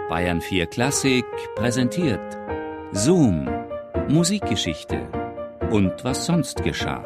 Bayern 4 Klassik präsentiert Zoom, Musikgeschichte und was sonst geschah.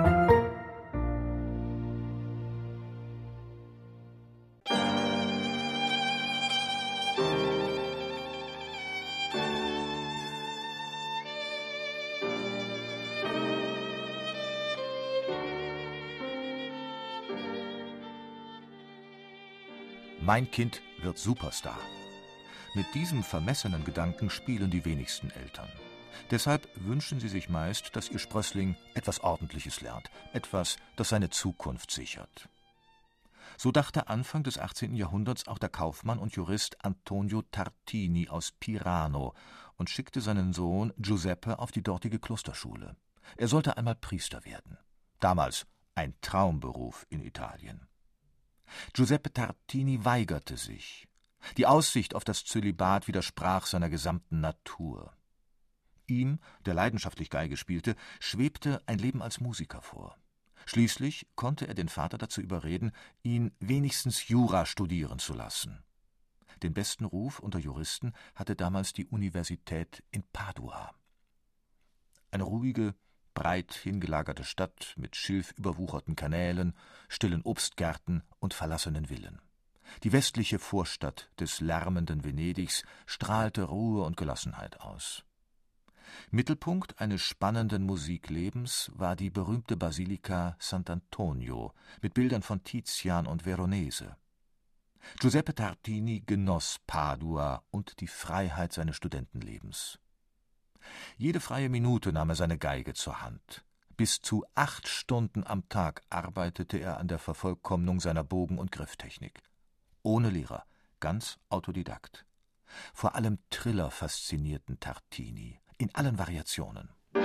Mein Kind wird Superstar. Mit diesem vermessenen Gedanken spielen die wenigsten Eltern. Deshalb wünschen sie sich meist, dass ihr Sprössling etwas Ordentliches lernt, etwas, das seine Zukunft sichert. So dachte Anfang des 18. Jahrhunderts auch der Kaufmann und Jurist Antonio Tartini aus Pirano und schickte seinen Sohn Giuseppe auf die dortige Klosterschule. Er sollte einmal Priester werden. Damals ein Traumberuf in Italien. Giuseppe Tartini weigerte sich. Die Aussicht auf das Zölibat widersprach seiner gesamten Natur. Ihm, der leidenschaftlich Geige spielte, schwebte ein Leben als Musiker vor. Schließlich konnte er den Vater dazu überreden, ihn wenigstens Jura studieren zu lassen. Den besten Ruf unter Juristen hatte damals die Universität in Padua. Eine ruhige, breit hingelagerte Stadt mit schilfüberwucherten Kanälen, stillen Obstgärten und verlassenen Villen. Die westliche Vorstadt des lärmenden Venedigs strahlte Ruhe und Gelassenheit aus. Mittelpunkt eines spannenden Musiklebens war die berühmte Basilika Sant'Antonio mit Bildern von Tizian und Veronese. Giuseppe Tartini genoss Padua und die Freiheit seines Studentenlebens. Jede freie Minute nahm er seine Geige zur Hand. Bis zu 8 Stunden am Tag arbeitete er an der Vervollkommnung seiner Bogen- und Grifftechnik. Ohne Lehrer, ganz Autodidakt. Vor allem Triller faszinierten Tartini, in allen Variationen.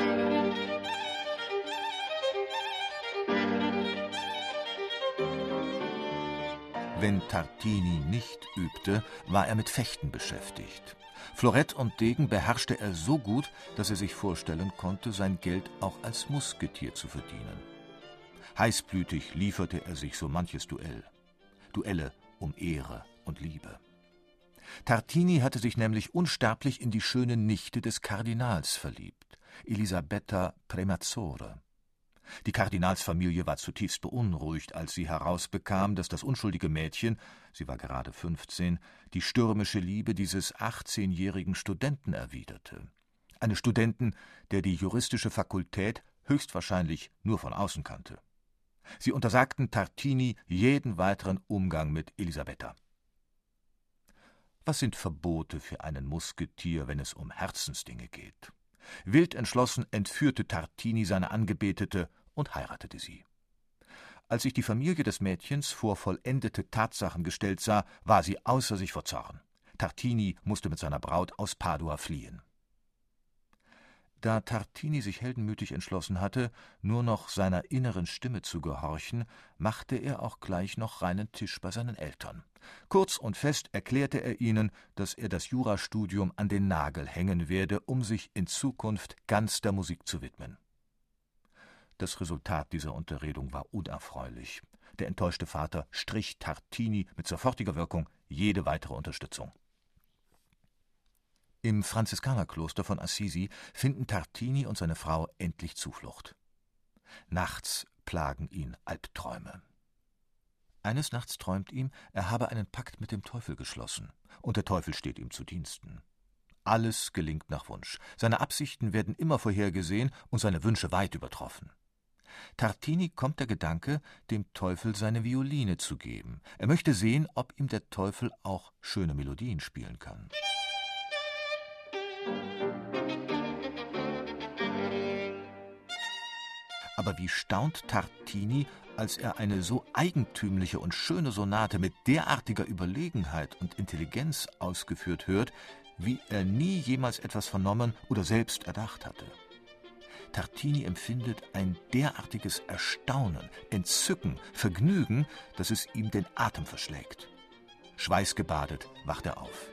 Wenn Tartini nicht übte, war er mit Fechten beschäftigt. Florett und Degen beherrschte er so gut, dass er sich vorstellen konnte, sein Geld auch als Musketier zu verdienen. Heißblütig lieferte er sich so manches Duelle um Ehre und Liebe. Tartini hatte sich nämlich unsterblich in die schöne Nichte des Kardinals verliebt, Elisabetta Premazzore. Die Kardinalsfamilie war zutiefst beunruhigt, als sie herausbekam, dass das unschuldige Mädchen, sie war gerade 15, die stürmische Liebe dieses 18-jährigen Studenten erwiderte. Eines Studenten, der die juristische Fakultät höchstwahrscheinlich nur von außen kannte. Sie untersagten Tartini jeden weiteren Umgang mit Elisabetta. Was sind Verbote für einen Musketier, wenn es um Herzensdinge geht? Wild entschlossen entführte Tartini seine Angebetete und heiratete sie. Als sich die Familie des Mädchens vor vollendete Tatsachen gestellt sah, war sie außer sich vor Zorn. Tartini musste mit seiner Braut aus Padua fliehen. Da Tartini sich heldenmütig entschlossen hatte, nur noch seiner inneren Stimme zu gehorchen, machte er auch gleich noch reinen Tisch bei seinen Eltern. Kurz und fest erklärte er ihnen, dass er das Jurastudium an den Nagel hängen werde, um sich in Zukunft ganz der Musik zu widmen. Das Resultat dieser Unterredung war unerfreulich. Der enttäuschte Vater strich Tartini mit sofortiger Wirkung jede weitere Unterstützung. Im Franziskanerkloster von Assisi finden Tartini und seine Frau endlich Zuflucht. Nachts plagen ihn Albträume. Eines Nachts träumt ihm, er habe einen Pakt mit dem Teufel geschlossen, und der Teufel steht ihm zu Diensten. Alles gelingt nach Wunsch. Seine Absichten werden immer vorhergesehen und seine Wünsche weit übertroffen. Tartini kommt der Gedanke, dem Teufel seine Violine zu geben. Er möchte sehen, ob ihm der Teufel auch schöne Melodien spielen kann. Aber wie staunt Tartini, als er eine so eigentümliche und schöne Sonate mit derartiger Überlegenheit und Intelligenz ausgeführt hört, wie er nie jemals etwas vernommen oder selbst erdacht hatte. Tartini empfindet ein derartiges Erstaunen, Entzücken, Vergnügen, dass es ihm den Atem verschlägt. Schweißgebadet wacht er auf.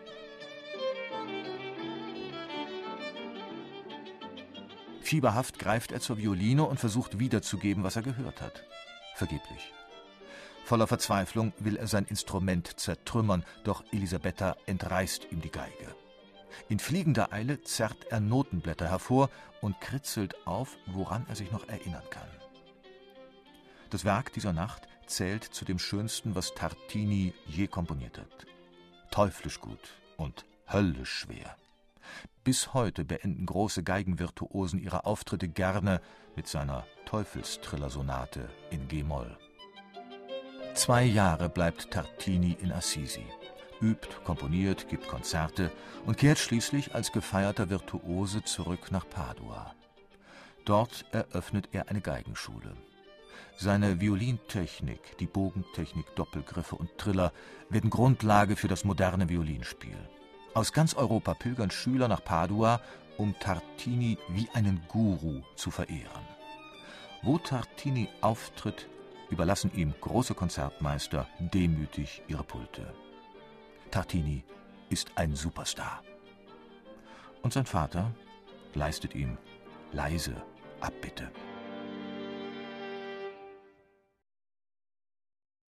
Fieberhaft greift er zur Violine und versucht wiederzugeben, was er gehört hat. Vergeblich. Voller Verzweiflung will er sein Instrument zertrümmern, doch Elisabetta entreißt ihm die Geige. In fliegender Eile zerrt er Notenblätter hervor und kritzelt auf, woran er sich noch erinnern kann. Das Werk dieser Nacht zählt zu dem schönsten, was Tartini je komponiert hat. Teuflisch gut und höllisch schwer. Bis heute beenden große Geigenvirtuosen ihre Auftritte gerne mit seiner Teufelstrillersonate in G-Moll. 2 Jahre bleibt Tartini in Assisi, übt, komponiert, gibt Konzerte und kehrt schließlich als gefeierter Virtuose zurück nach Padua. Dort eröffnet er eine Geigenschule. Seine Violintechnik, die Bogentechnik, Doppelgriffe und Triller werden Grundlage für das moderne Violinspiel. Aus ganz Europa pilgern Schüler nach Padua, um Tartini wie einen Guru zu verehren. Wo Tartini auftritt, überlassen ihm große Konzertmeister demütig ihre Pulte. Tartini ist ein Superstar. Und sein Vater leistet ihm leise Abbitte.